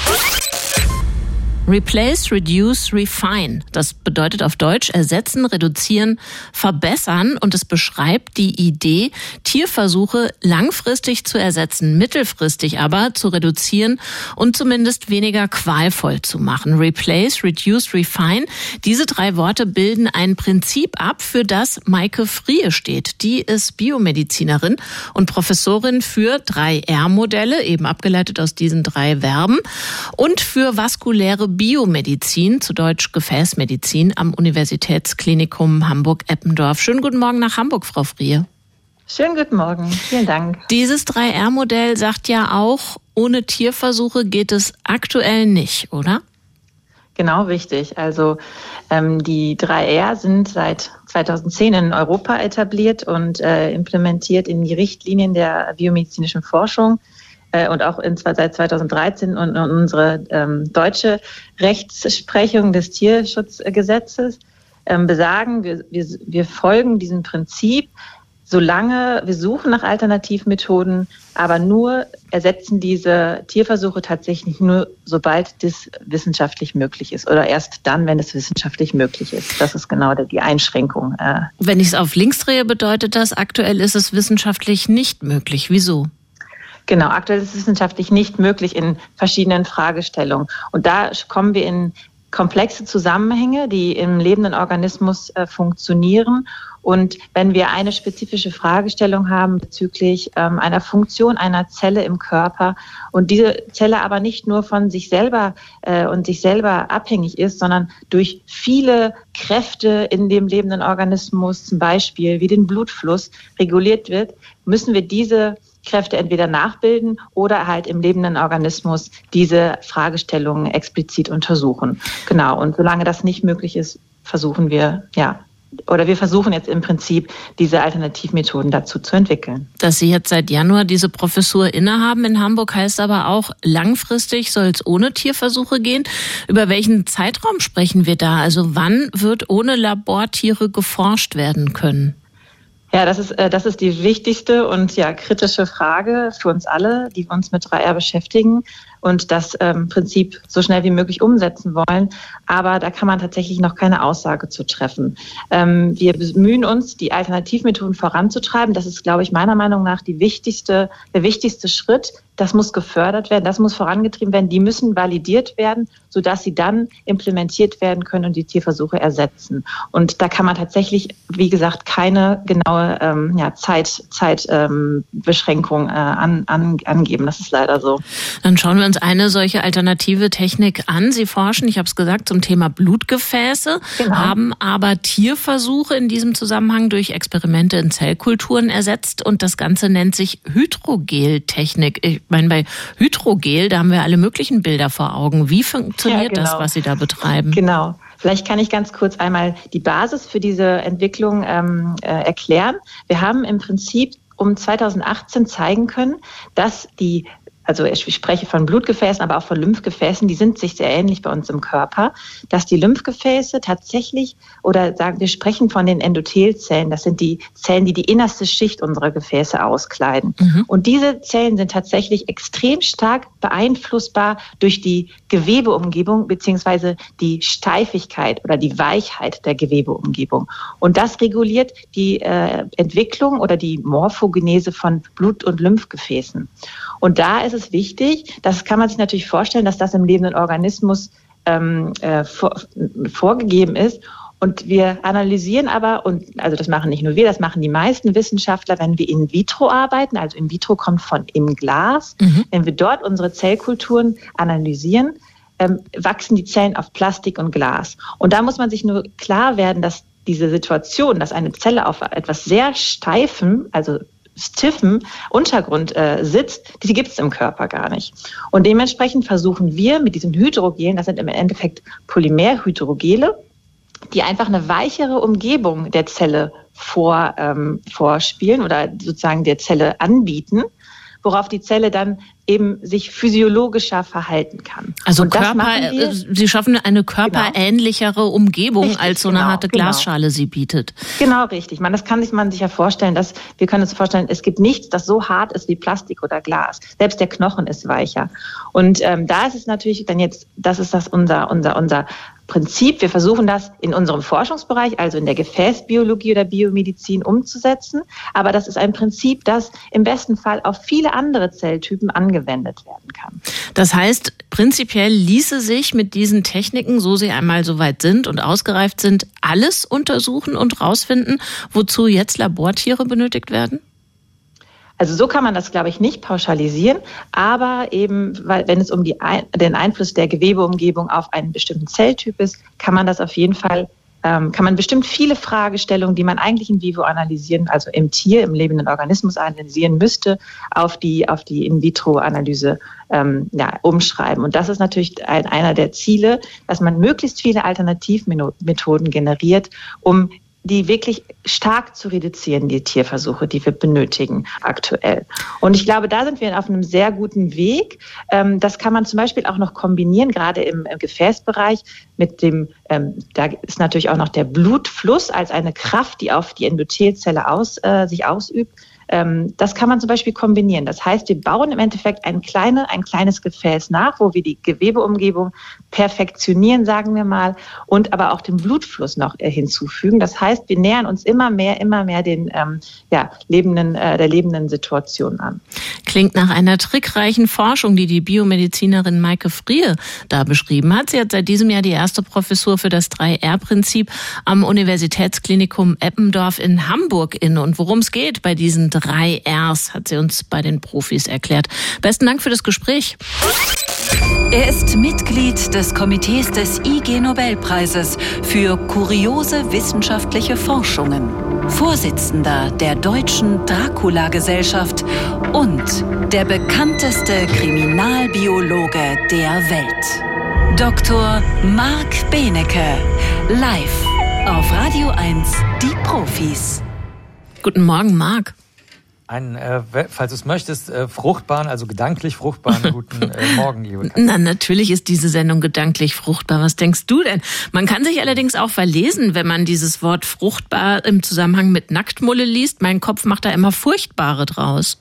Replace, Reduce, Refine. Das bedeutet auf Deutsch ersetzen, reduzieren, verbessern und es beschreibt die Idee, Tierversuche langfristig zu ersetzen, mittelfristig aber zu reduzieren und zumindest weniger qualvoll zu machen. Replace, Reduce, Refine. Diese drei Worte bilden ein Prinzip ab, für das Maike Frie steht. Die ist Biomedizinerin und Professorin für drei R Modelle, eben abgeleitet aus diesen drei Verben, und für vaskuläre Biomedizin, zu Deutsch Gefäßmedizin, am Universitätsklinikum Hamburg-Eppendorf. Schönen guten Morgen nach Hamburg, Frau Frie. Schönen guten Morgen, vielen Dank. Dieses drei R Modell sagt ja auch, ohne Tierversuche geht es aktuell nicht, oder? Genau, richtig. Also ähm, die drei R sind seit zweitausendzehn in Europa etabliert und äh, implementiert in die Richtlinien der biomedizinischen Forschung. Und auch in, seit zweitausenddreizehn und unsere ähm, deutsche Rechtsprechung des Tierschutzgesetzes ähm, besagen, wir, wir, wir folgen diesem Prinzip, solange wir suchen nach Alternativmethoden, aber nur ersetzen diese Tierversuche tatsächlich nur, sobald das wissenschaftlich möglich ist oder erst dann, wenn es wissenschaftlich möglich ist. Das ist genau die Einschränkung. Wenn ich es auf links drehe, bedeutet das, aktuell ist es wissenschaftlich nicht möglich. Wieso? Genau, aktuell ist es wissenschaftlich nicht möglich in verschiedenen Fragestellungen. Und da kommen wir in komplexe Zusammenhänge, die im lebenden Organismus äh, funktionieren. Und wenn wir eine spezifische Fragestellung haben bezüglich ähm, einer Funktion einer Zelle im Körper und diese Zelle aber nicht nur von sich selber äh, und sich selber abhängig ist, sondern durch viele Kräfte in dem lebenden Organismus, zum Beispiel wie den Blutfluss, reguliert wird, müssen wir diese Kräfte entweder nachbilden oder halt im lebenden Organismus diese Fragestellungen explizit untersuchen. Genau. Und solange das nicht möglich ist, versuchen wir, ja, oder wir versuchen jetzt im Prinzip, diese Alternativmethoden dazu zu entwickeln. Dass Sie jetzt seit Januar diese Professur innehaben in Hamburg, heißt aber auch, langfristig soll es ohne Tierversuche gehen. Über welchen Zeitraum sprechen wir da? Also wann wird ohne Labortiere geforscht werden können? Ja, das ist, das ist die wichtigste und ja kritische Frage für uns alle, die uns mit drei R beschäftigen und das ähm, Prinzip so schnell wie möglich umsetzen wollen. Aber da kann man tatsächlich noch keine Aussage zu treffen. Ähm, wir bemühen uns, die Alternativmethoden voranzutreiben. Das ist, glaube ich, meiner Meinung nach die wichtigste, der wichtigste Schritt. Das muss gefördert werden, das muss vorangetrieben werden. Die müssen validiert werden, sodass sie dann implementiert werden können und die Tierversuche ersetzen. Und da kann man tatsächlich, wie gesagt, keine genaue ähm, ja, Zeit, Zeitbeschränkung ähm, äh, an, an, angeben. Das ist leider so. Dann schauen wir uns eine solche alternative Technik an. Sie forschen, ich habe es gesagt, zum Thema Blutgefäße, genau. haben aber Tierversuche in diesem Zusammenhang durch Experimente in Zellkulturen ersetzt und das Ganze nennt sich Hydrogeltechnik. Ich meine, bei Hydrogel, da haben wir alle möglichen Bilder vor Augen. Wie funktioniert ja, genau. das, was Sie da betreiben? Genau. Vielleicht kann ich ganz kurz einmal die Basis für diese Entwicklung ähm, äh, erklären. Wir haben im Prinzip um zweitausendachtzehn zeigen können, dass die Also ich spreche von Blutgefäßen, aber auch von Lymphgefäßen, die sind sich sehr ähnlich bei uns im Körper, dass die Lymphgefäße tatsächlich, oder sagen wir sprechen von den Endothelzellen, das sind die Zellen, die die innerste Schicht unserer Gefäße auskleiden. Mhm. Und diese Zellen sind tatsächlich extrem stark beeinflussbar durch die Gewebeumgebung beziehungsweise die Steifigkeit oder die Weichheit der Gewebeumgebung. Und das reguliert die äh, Entwicklung oder die Morphogenese von Blut- und Lymphgefäßen. Und da ist es wichtig, das kann man sich natürlich vorstellen, dass das im lebenden Organismus ähm, äh, vor, vorgegeben ist. Und wir analysieren aber, und also das machen nicht nur wir, das machen die meisten Wissenschaftler, wenn wir in vitro arbeiten, also in vitro kommt von im Glas, mhm. wenn wir dort unsere Zellkulturen analysieren, ähm, wachsen die Zellen auf Plastik und Glas. Und da muss man sich nur klar werden, dass diese Situation, dass eine Zelle auf etwas sehr steifem, also stiffen Untergrund äh, sitzt, die gibt es im Körper gar nicht. Und dementsprechend versuchen wir mit diesen Hydrogelen, das sind im Endeffekt Polymerhydrogele, die einfach eine weichere Umgebung der Zelle vor, ähm, vorspielen oder sozusagen der Zelle anbieten, worauf die Zelle dann eben sich physiologischer verhalten kann. Also Körper, Sie schaffen eine körperähnlichere genau. Umgebung, richtig, als so eine genau, harte Glasschale genau. sie bietet. Genau, richtig. Man, das kann sich man sich ja vorstellen, dass wir können uns vorstellen, es gibt nichts, das so hart ist wie Plastik oder Glas. Selbst der Knochen ist weicher. Und ähm, da ist es natürlich dann jetzt, das ist das unser unser unser Prinzip. Wir versuchen das in unserem Forschungsbereich, also in der Gefäßbiologie oder Biomedizin umzusetzen. Aber das ist ein Prinzip, das im besten Fall auf viele andere Zelltypen angewendet werden kann. Das heißt, prinzipiell ließe sich mit diesen Techniken, so sie einmal soweit sind und ausgereift sind, alles untersuchen und rausfinden, wozu jetzt Labortiere benötigt werden? Also so kann man das, glaube ich, nicht pauschalisieren, aber eben, weil wenn es um die, den Einfluss der Gewebeumgebung auf einen bestimmten Zelltyp ist, kann man das auf jeden Fall, ähm, kann man bestimmt viele Fragestellungen, die man eigentlich in vivo analysieren, also im Tier, im lebenden Organismus analysieren müsste, auf die, auf die In-vitro-Analyse ähm, ja, umschreiben. Und das ist natürlich ein, einer der Ziele, dass man möglichst viele Alternativmethoden generiert, um die wirklich stark zu reduzieren, die Tierversuche, die wir benötigen aktuell. Und ich glaube, da sind wir auf einem sehr guten Weg. Das kann man zum Beispiel auch noch kombinieren, gerade im Gefäßbereich mit dem, da ist natürlich auch noch der Blutfluss als eine Kraft, die auf die Endothelzelle aus, äh, sich ausübt. Das kann man zum Beispiel kombinieren. Das heißt, wir bauen im Endeffekt ein, kleine, ein kleines Gefäß nach, wo wir die Gewebeumgebung perfektionieren, sagen wir mal, und aber auch den Blutfluss noch hinzufügen. Das heißt, wir nähern uns immer mehr, immer mehr den ähm, ja, lebenden, äh, der lebenden Situation an. Klingt nach einer trickreichen Forschung, die die Biomedizinerin Maike Friehe da beschrieben hat. Sie hat seit diesem Jahr die erste Professur für das drei R Prinzip am Universitätsklinikum Eppendorf in Hamburg inne. Und worum es geht bei diesen drei Rs, hat sie uns bei den Profis erklärt. Besten Dank für das Gespräch. Er ist Mitglied des Komitees des I G-Nobelpreises für kuriose wissenschaftliche Forschungen, Vorsitzender der Deutschen Dracula-Gesellschaft und der bekannteste Kriminalbiologe der Welt. Doktor Marc Benecke, live auf Radio eins, die Profis. Guten Morgen, Marc. Einen, äh, falls du es möchtest, äh, fruchtbaren, also gedanklich fruchtbaren guten äh, Morgen, liebe Katja. Na, natürlich ist diese Sendung gedanklich fruchtbar. Was denkst du denn? Man kann sich allerdings auch verlesen, wenn man dieses Wort fruchtbar im Zusammenhang mit Nacktmulle liest. Mein Kopf macht da immer Furchtbare draus.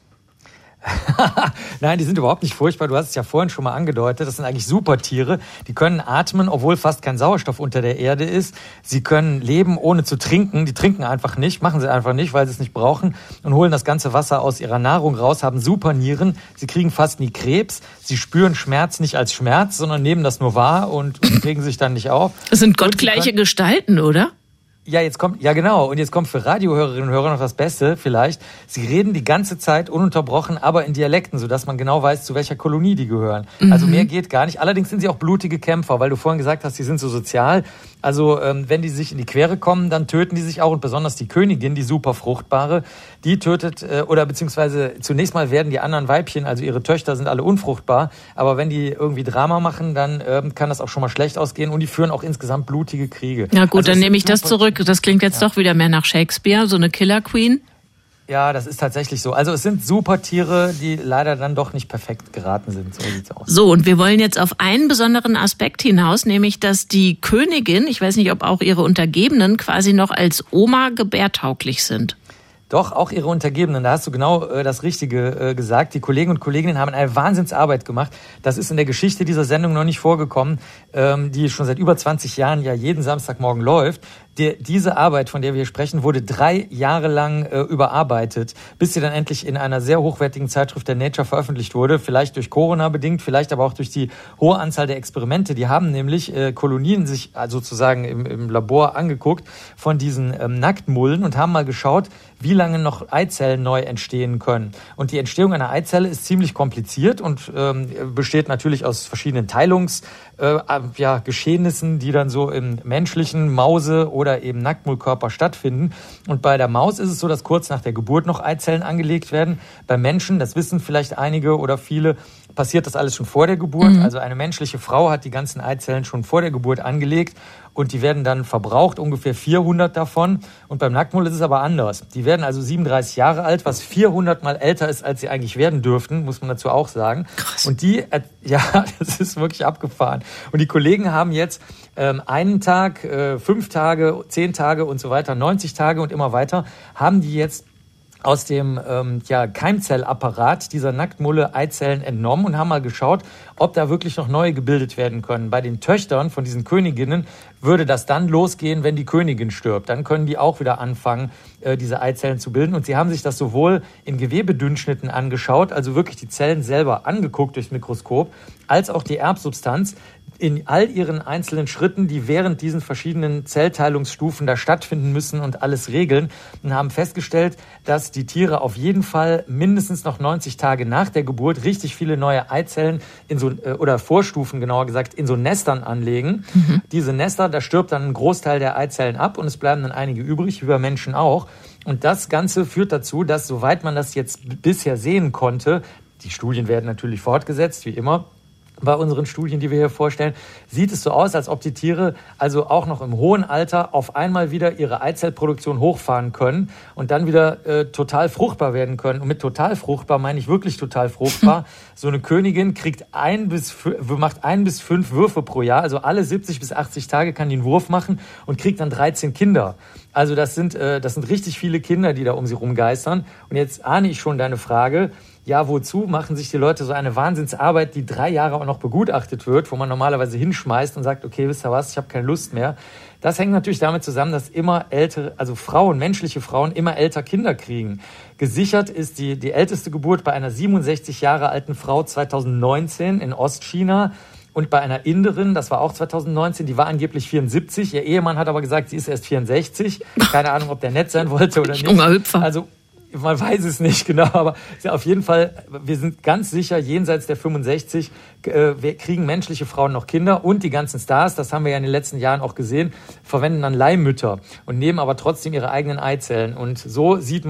Nein, die sind überhaupt nicht furchtbar. Du hast es ja vorhin schon mal angedeutet. Das sind eigentlich Supertiere. Die können atmen, obwohl fast kein Sauerstoff unter der Erde ist. Sie können leben, ohne zu trinken. Die trinken einfach nicht, machen sie einfach nicht, weil sie es nicht brauchen und holen das ganze Wasser aus ihrer Nahrung raus, haben Supernieren. Sie kriegen fast nie Krebs. Sie spüren Schmerz nicht als Schmerz, sondern nehmen das nur wahr und regen sich dann nicht auf. Das sind gottgleiche können, Gestalten, oder? Ja, jetzt kommt, ja genau, und jetzt kommt für Radiohörerinnen und Hörer noch das Beste vielleicht. Sie reden die ganze Zeit ununterbrochen, aber in Dialekten, sodass man genau weiß, zu welcher Kolonie die gehören. Mhm. Also mehr geht gar nicht. Allerdings sind sie auch blutige Kämpfer, weil du vorhin gesagt hast, sie sind so sozial. Also ähm, wenn die sich in die Quere kommen, dann töten die sich auch. Und besonders die Königin, die super fruchtbare, die tötet, äh, oder beziehungsweise zunächst mal werden die anderen Weibchen, also ihre Töchter, sind alle unfruchtbar. Aber wenn die irgendwie Drama machen, dann ähm, kann das auch schon mal schlecht ausgehen. Und die führen auch insgesamt blutige Kriege. Na gut, also dann nehme ich das zurück. Das klingt jetzt ja. doch wieder mehr nach Shakespeare, so eine Killer Queen. Ja, das ist tatsächlich so. Also es sind Supertiere, die leider dann doch nicht perfekt geraten sind. So sieht's aus. So, und wir wollen jetzt auf einen besonderen Aspekt hinaus, nämlich, dass die Königin, ich weiß nicht, ob auch ihre Untergebenen, quasi noch als Oma gebärtauglich sind. Doch, auch ihre Untergebenen, da hast du genau äh, das Richtige äh, gesagt. Die Kollegen und Kolleginnen haben eine Wahnsinnsarbeit gemacht. Das ist in der Geschichte dieser Sendung noch nicht vorgekommen, ähm, die schon seit über zwanzig Jahren ja jeden Samstagmorgen läuft. Die, diese Arbeit, von der wir hier sprechen, wurde drei Jahre lang äh, überarbeitet, bis sie dann endlich in einer sehr hochwertigen Zeitschrift der Nature veröffentlicht wurde. Vielleicht durch Corona bedingt, vielleicht aber auch durch die hohe Anzahl der Experimente. Die haben nämlich äh, Kolonien sich also sozusagen im, im Labor angeguckt von diesen ähm, Nacktmullen und haben mal geschaut, wie lange noch Eizellen neu entstehen können. Und die Entstehung einer Eizelle ist ziemlich kompliziert und ähm, besteht natürlich aus verschiedenen Teilungs- äh, ja, Geschehnissen, die dann so im menschlichen Mause- oder eben Nacktmullkörper stattfinden. Und bei der Maus ist es so, dass kurz nach der Geburt noch Eizellen angelegt werden. Bei Menschen, das wissen vielleicht einige oder viele, passiert das alles schon vor der Geburt. Mhm. Also eine menschliche Frau hat die ganzen Eizellen schon vor der Geburt angelegt und die werden dann verbraucht, ungefähr vierhundert davon. Und beim Nacktmull ist es aber anders. Die werden also siebenunddreißig Jahre alt, was vierhundert Mal älter ist, als sie eigentlich werden dürften, muss man dazu auch sagen. Krass. Und die, ja, das ist wirklich abgefahren. Und die Kollegen haben jetzt ähm, einen Tag, äh, fünf Tage, zehn Tage und so weiter, neunzig Tage und immer weiter, haben die jetzt aus dem ähm, ja, Keimzellapparat dieser Nacktmulle Eizellen entnommen und haben mal geschaut, ob da wirklich noch neue gebildet werden können. Bei den Töchtern von diesen Königinnen würde das dann losgehen, wenn die Königin stirbt. Dann können die auch wieder anfangen, äh, diese Eizellen zu bilden. Und sie haben sich das sowohl in Gewebedünnschnitten angeschaut, also wirklich die Zellen selber angeguckt durchs Mikroskop, als auch die Erbsubstanz in all ihren einzelnen Schritten, die während diesen verschiedenen Zellteilungsstufen da stattfinden müssen und alles regeln, und haben festgestellt, dass die Tiere auf jeden Fall mindestens noch neunzig Tage nach der Geburt richtig viele neue Eizellen in so, oder Vorstufen genauer gesagt, in so Nestern anlegen. Mhm. Diese Nester, da stirbt dann ein Großteil der Eizellen ab und es bleiben dann einige übrig, wie bei Menschen auch. Und das Ganze führt dazu, dass, soweit man das jetzt bisher sehen konnte, die Studien werden natürlich fortgesetzt, wie immer, bei unseren Studien, die wir hier vorstellen, sieht es so aus, als ob die Tiere also auch noch im hohen Alter auf einmal wieder ihre Eizellproduktion hochfahren können und dann wieder äh, total fruchtbar werden können. Und mit total fruchtbar meine ich wirklich total fruchtbar. So eine Königin kriegt ein bis macht ein bis fünf Würfe pro Jahr, also alle siebzig bis achtzig Tage kann die einen Wurf machen und kriegt dann dreizehn Kinder. Also das sind äh, das sind richtig viele Kinder, die da um sie rumgeistern. Und jetzt ahne ich schon deine Frage. Ja, wozu machen sich die Leute so eine Wahnsinnsarbeit, die drei Jahre auch noch begutachtet wird, wo man normalerweise hinschmeißt und sagt, okay, wisst ihr was, ich habe keine Lust mehr. Das hängt natürlich damit zusammen, dass immer ältere, also Frauen, menschliche Frauen, immer älter Kinder kriegen. Gesichert ist die, die älteste Geburt bei einer siebenundsechzig Jahre alten Frau zweitausendneunzehn in Ostchina. Und bei einer Inderin, das war auch zweitausendneunzehn, die war angeblich vierundsiebzig. Ihr Ehemann hat aber gesagt, sie ist erst vierundsechzig. Keine Ahnung, ob der nett sein wollte oder nicht. Junger Hüpfer. Also man weiß es nicht genau, aber auf jeden Fall, wir sind ganz sicher, jenseits der fünfundsechzig äh, wir kriegen menschliche Frauen noch Kinder und die ganzen Stars, das haben wir ja in den letzten Jahren auch gesehen, verwenden dann Leihmütter und nehmen aber trotzdem ihre eigenen Eizellen. Und so sieht man,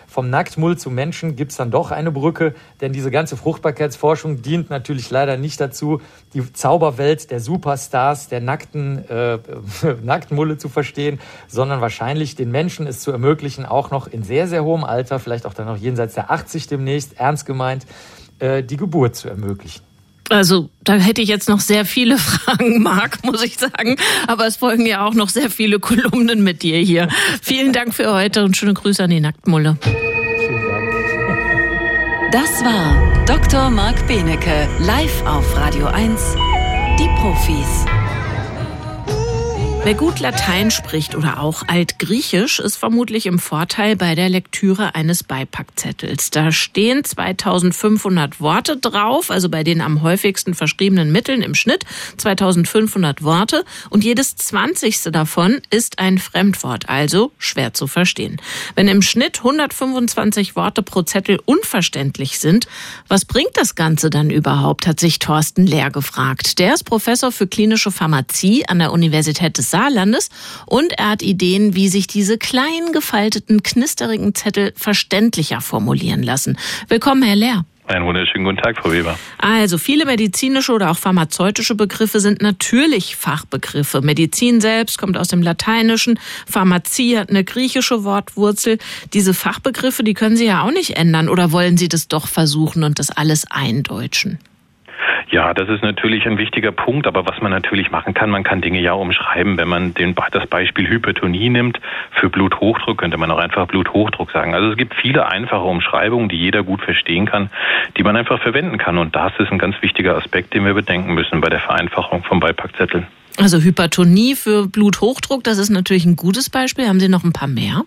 vom Nacktmull zu Menschen gibt es dann doch eine Brücke, denn diese ganze Fruchtbarkeitsforschung dient natürlich leider nicht dazu, die Zauberwelt der Superstars, der nackten äh, Nacktmulle zu verstehen, sondern wahrscheinlich den Menschen es zu ermöglichen, auch noch in sehr, sehr hohem Alter, vielleicht auch dann noch jenseits der achtzig demnächst, ernst gemeint, äh, die Geburt zu ermöglichen. Also da hätte ich jetzt noch sehr viele Fragen, Marc, muss ich sagen. Aber es folgen ja auch noch sehr viele Kolumnen mit dir hier. Vielen Dank für heute und schöne Grüße an die Nacktmulle. Das war Doktor Marc Benecke, live auf Radio eins, die Profis. Wer gut Latein spricht oder auch Altgriechisch, ist vermutlich im Vorteil bei der Lektüre eines Beipackzettels. Da stehen zweitausendfünfhundert Worte drauf, also bei den am häufigsten verschriebenen Mitteln im Schnitt zweitausendfünfhundert Worte, und jedes zwanzigste davon ist ein Fremdwort, also schwer zu verstehen. Wenn im Schnitt hundertfünfundzwanzig Worte pro Zettel unverständlich sind, was bringt das Ganze dann überhaupt, hat sich Thorsten Lehr gefragt. Der ist Professor für klinische Pharmazie an der Universität des Saarlandes und er hat Ideen, wie sich diese klein gefalteten, knisterigen Zettel verständlicher formulieren lassen. Willkommen, Herr Lehr. Einen wunderschönen guten Tag, Frau Weber. Also viele medizinische oder auch pharmazeutische Begriffe sind natürlich Fachbegriffe. Medizin selbst kommt aus dem Lateinischen, Pharmazie hat eine griechische Wortwurzel. Diese Fachbegriffe, die können Sie ja auch nicht ändern, oder wollen Sie das doch versuchen und das alles eindeutschen? Ja, das ist natürlich ein wichtiger Punkt, aber was man natürlich machen kann, man kann Dinge ja umschreiben. Wenn man den, das Beispiel Hypertonie nimmt, für Bluthochdruck könnte man auch einfach Bluthochdruck sagen. Also es gibt viele einfache Umschreibungen, die jeder gut verstehen kann, die man einfach verwenden kann. Und das ist ein ganz wichtiger Aspekt, den wir bedenken müssen bei der Vereinfachung von Beipackzetteln. Also Hypertonie für Bluthochdruck, das ist natürlich ein gutes Beispiel. Haben Sie noch ein paar mehr?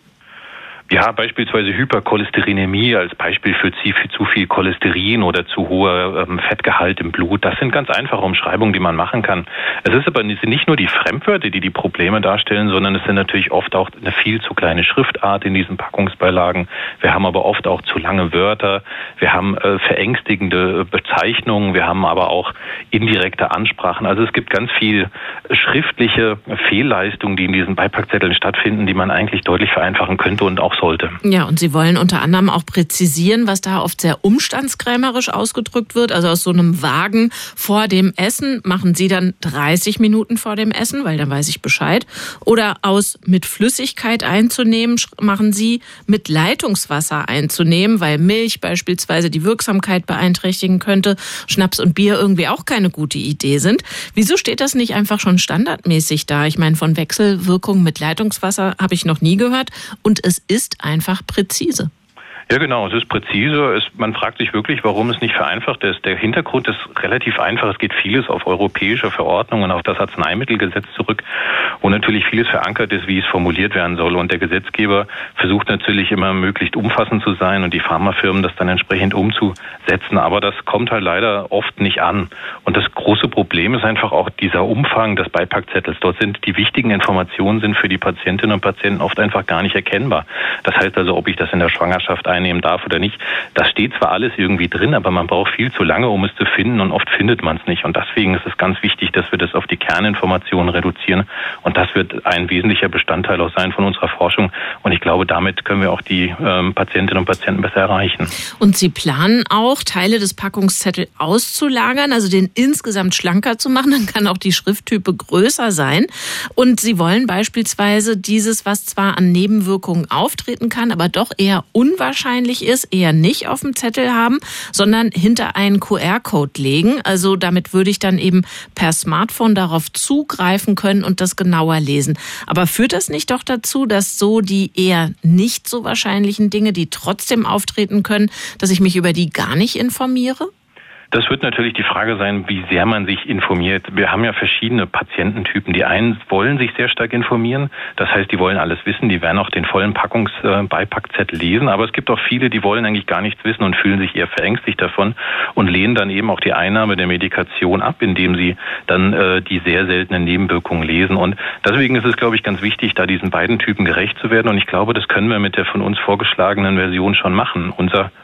Ja, beispielsweise Hypercholesterinämie als Beispiel für zu viel Cholesterin oder zu hoher ähm, Fettgehalt im Blut. Das sind ganz einfache Umschreibungen, die man machen kann. Es ist aber nicht nur die Fremdwörter, die die Probleme darstellen, sondern es sind natürlich oft auch eine viel zu kleine Schriftart in diesen Packungsbeilagen. Wir haben aber oft auch zu lange Wörter. Wir haben äh, verängstigende Bezeichnungen. Wir haben aber auch indirekte Ansprachen. Also es gibt ganz viel schriftliche Fehlleistungen, die in diesen Beipackzetteln stattfinden, die man eigentlich deutlich vereinfachen könnte und auch sollte. Ja, und Sie wollen unter anderem auch präzisieren, was da oft sehr umstandskrämerisch ausgedrückt wird. Also aus so einem Wagen vor dem Essen machen Sie dann dreißig Minuten vor dem Essen, weil dann weiß ich Bescheid. Oder aus mit Flüssigkeit einzunehmen, machen Sie mit Leitungswasser einzunehmen, weil Milch beispielsweise die Wirksamkeit beeinträchtigen könnte, Schnaps und Bier irgendwie auch keine gute Idee sind. Wieso steht das nicht einfach schon standardmäßig da? Ich meine, von Wechselwirkung mit Leitungswasser habe ich noch nie gehört und es ist einfach präzise. Ja, genau, es ist präzise. Es, man fragt sich wirklich, warum es nicht vereinfacht ist. Der Hintergrund ist relativ einfach. Es geht vieles auf europäische Verordnungen, auf das Arzneimittelgesetz zurück, wo natürlich vieles verankert ist, wie es formuliert werden soll. Und der Gesetzgeber versucht natürlich immer möglichst umfassend zu sein und die Pharmafirmen das dann entsprechend umzusetzen. Aber das kommt halt leider oft nicht an. Und das große Problem ist einfach auch dieser Umfang des Beipackzettels. Dort sind die wichtigen Informationen sind für die Patientinnen und Patienten oft einfach gar nicht erkennbar. Das heißt also, ob ich das in der Schwangerschaft einnehmen darf oder nicht. Das steht zwar alles irgendwie drin, aber man braucht viel zu lange, um es zu finden und oft findet man es nicht. Und deswegen ist es ganz wichtig, dass wir das auf die Kerninformationen reduzieren und das wird ein wesentlicher Bestandteil auch sein von unserer Forschung und ich glaube, damit können wir auch die ähm, Patientinnen und Patienten besser erreichen. Und Sie planen auch, Teile des Packungszettels auszulagern, also den insgesamt schlanker zu machen, dann kann auch die Schrifttype größer sein und Sie wollen beispielsweise dieses, was zwar an Nebenwirkungen auftreten kann, aber doch eher unwahrscheinlich ist, eher nicht auf dem Zettel haben, sondern hinter einen Q R-Code legen. Also damit würde ich dann eben per Smartphone darauf zugreifen können und das genauer lesen. Aber führt das nicht doch dazu, dass so die eher nicht so wahrscheinlichen Dinge, die trotzdem auftreten können, dass ich mich über die gar nicht informiere? Das wird natürlich die Frage sein, wie sehr man sich informiert. Wir haben ja verschiedene Patiententypen. Die einen wollen sich sehr stark informieren. Das heißt, die wollen alles wissen. Die werden auch den vollen Packungsbeipackzettel lesen. Aber es gibt auch viele, die wollen eigentlich gar nichts wissen und fühlen sich eher verängstigt davon und lehnen dann eben auch die Einnahme der Medikation ab, indem sie dann äh, die sehr seltenen Nebenwirkungen lesen. Und deswegen ist es, glaube ich, ganz wichtig, da diesen beiden Typen gerecht zu werden. Und ich glaube, das können wir mit der von uns vorgeschlagenen Version schon machen. Unser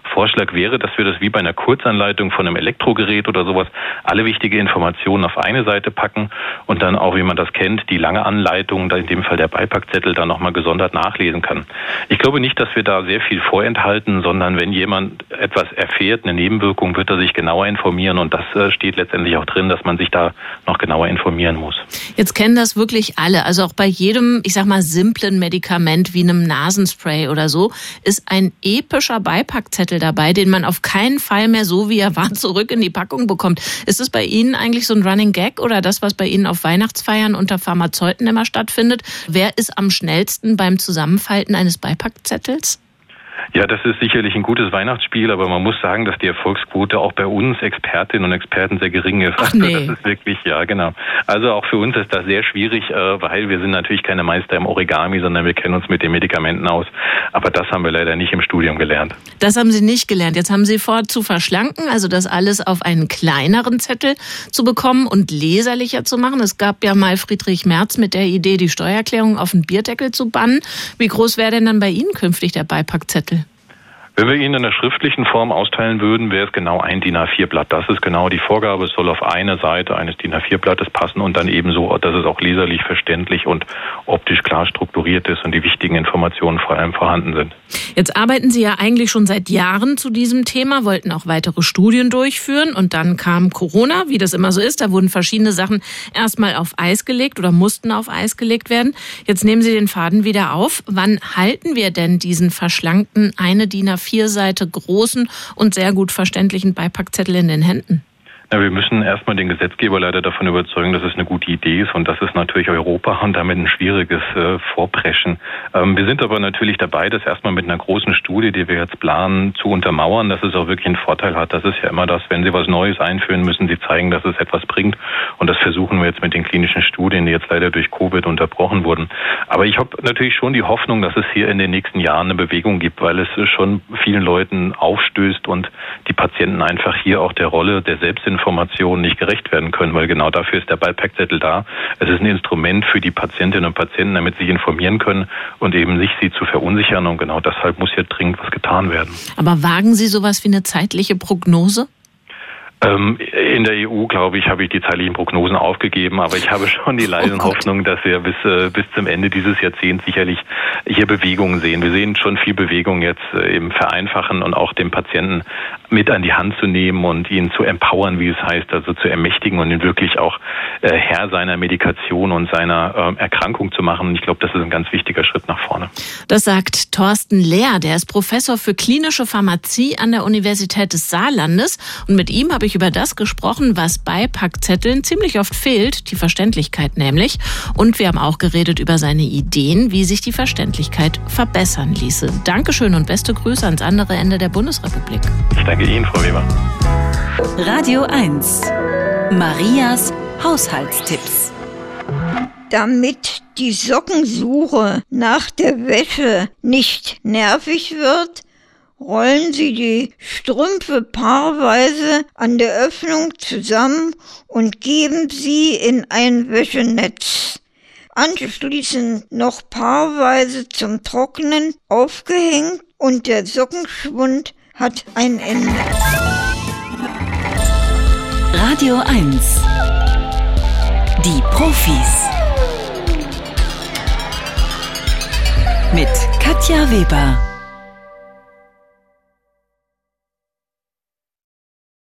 Vorschlag wäre, dass wir das wie bei einer Kurzanleitung von einem Elektrogerät oder sowas alle wichtige Informationen auf eine Seite packen und dann auch, wie man das kennt, die lange Anleitung, in dem Fall der Beipackzettel, dann nochmal gesondert nachlesen kann. Ich glaube nicht, dass wir da sehr viel vorenthalten, sondern wenn jemand etwas erfährt, eine Nebenwirkung, wird er sich genauer informieren und das steht letztendlich auch drin, dass man sich da noch genauer informieren muss. Jetzt kennen das wirklich alle, also auch bei jedem, ich sag mal, simplen Medikament wie einem Nasenspray oder so, ist ein epischer Beipackzettel dabei, den man auf keinen Fall mehr so, wie er war, zurück in die Packung bekommt. Ist es bei Ihnen eigentlich so ein Running Gag oder das, was bei Ihnen auf Weihnachtsfeiern unter Pharmazeuten immer stattfindet? Wer ist am schnellsten beim Zusammenfalten eines Beipackzettels? Ja, das ist sicherlich ein gutes Weihnachtsspiel, aber man muss sagen, dass die Erfolgsquote auch bei uns Expertinnen und Experten sehr gering ist. Ach nee. Das ist wirklich, ja genau. Also auch für uns ist das sehr schwierig, weil wir sind natürlich keine Meister im Origami, sondern wir kennen uns mit den Medikamenten aus. Aber das haben wir leider nicht im Studium gelernt. Das haben Sie nicht gelernt. Jetzt haben Sie vor, zu verschlanken, also das alles auf einen kleineren Zettel zu bekommen und leserlicher zu machen. Es gab ja mal Friedrich Merz mit der Idee, die Steuererklärung auf den Bierdeckel zu bannen. Wie groß wäre denn dann bei Ihnen künftig der Beipackzettel? Wenn wir ihn in der schriftlichen Form austeilen würden, wäre es genau ein D I N A vier Blatt. Das ist genau die Vorgabe. Es soll auf eine Seite eines D I N A vier Blattes passen und dann ebenso, dass es auch leserlich verständlich und optisch klar strukturiert ist und die wichtigen Informationen vor allem vorhanden sind. Jetzt arbeiten Sie ja eigentlich schon seit Jahren zu diesem Thema, wollten auch weitere Studien durchführen und dann kam Corona, wie das immer so ist. Da wurden verschiedene Sachen erstmal auf Eis gelegt oder mussten auf Eis gelegt werden. Jetzt nehmen Sie den Faden wieder auf. Wann halten wir denn diesen verschlankten eine D I N A vier Seite großen und sehr gut verständlichen Beipackzettel in den Händen? Na, wir müssen erstmal den Gesetzgeber leider davon überzeugen, dass es eine gute Idee ist und das ist natürlich Europa und damit ein schwieriges äh, Vorpreschen. Ähm, wir sind aber natürlich dabei, das erstmal mit einer großen Studie, die wir jetzt planen, zu untermauern, dass es auch wirklich einen Vorteil hat. Das ist ja immer das, wenn Sie was Neues einführen, müssen Sie zeigen, dass es etwas bringt und das versuchen wir jetzt mit den klinischen Studien, die jetzt leider durch Covid unterbrochen wurden. Aber ich habe natürlich schon die Hoffnung, dass es hier in den nächsten Jahren eine Bewegung gibt, weil es schon vielen Leuten aufstößt und die Patienten einfach hier auch der Rolle der Selbstinformation Informationen nicht gerecht werden können, weil genau dafür ist der Beipackzettel da. Es ist ein Instrument für die Patientinnen und Patienten, damit sie sich informieren können und eben nicht sie zu verunsichern und genau deshalb muss hier dringend was getan werden. Aber wagen Sie sowas wie eine zeitliche Prognose? In der E U, glaube ich, habe ich die zeitlichen Prognosen aufgegeben, aber ich habe schon die leisen oh Hoffnung, dass wir bis, äh, bis zum Ende dieses Jahrzehnts sicherlich hier Bewegungen sehen. Wir sehen schon viel Bewegung jetzt äh, im Vereinfachen und auch den Patienten mit an die Hand zu nehmen und ihn zu empowern, wie es heißt, also zu ermächtigen und ihn wirklich auch äh, Herr seiner Medikation und seiner äh, Erkrankung zu machen. Und ich glaube, das ist ein ganz wichtiger Schritt nach vorne. Das sagt Thorsten Lehr, der ist Professor für klinische Pharmazie an der Universität des Saarlandes und mit ihm habe ich über das gesprochen, was bei Packzetteln ziemlich oft fehlt, die Verständlichkeit nämlich. Und wir haben auch geredet über seine Ideen, wie sich die Verständlichkeit verbessern ließe. Dankeschön und beste Grüße ans andere Ende der Bundesrepublik. Ich danke Ihnen, Frau Weber. Radio eins. Marias Haushaltstipps. Damit die Sockensuche nach der Wäsche nicht nervig wird, rollen Sie die Strümpfe paarweise an der Öffnung zusammen und geben sie in ein Wäschenetz. Anschließend noch paarweise zum Trocknen aufgehängt und der Sockenschwund hat ein Ende. Radio eins. Die Profis. Mit Katja Weber.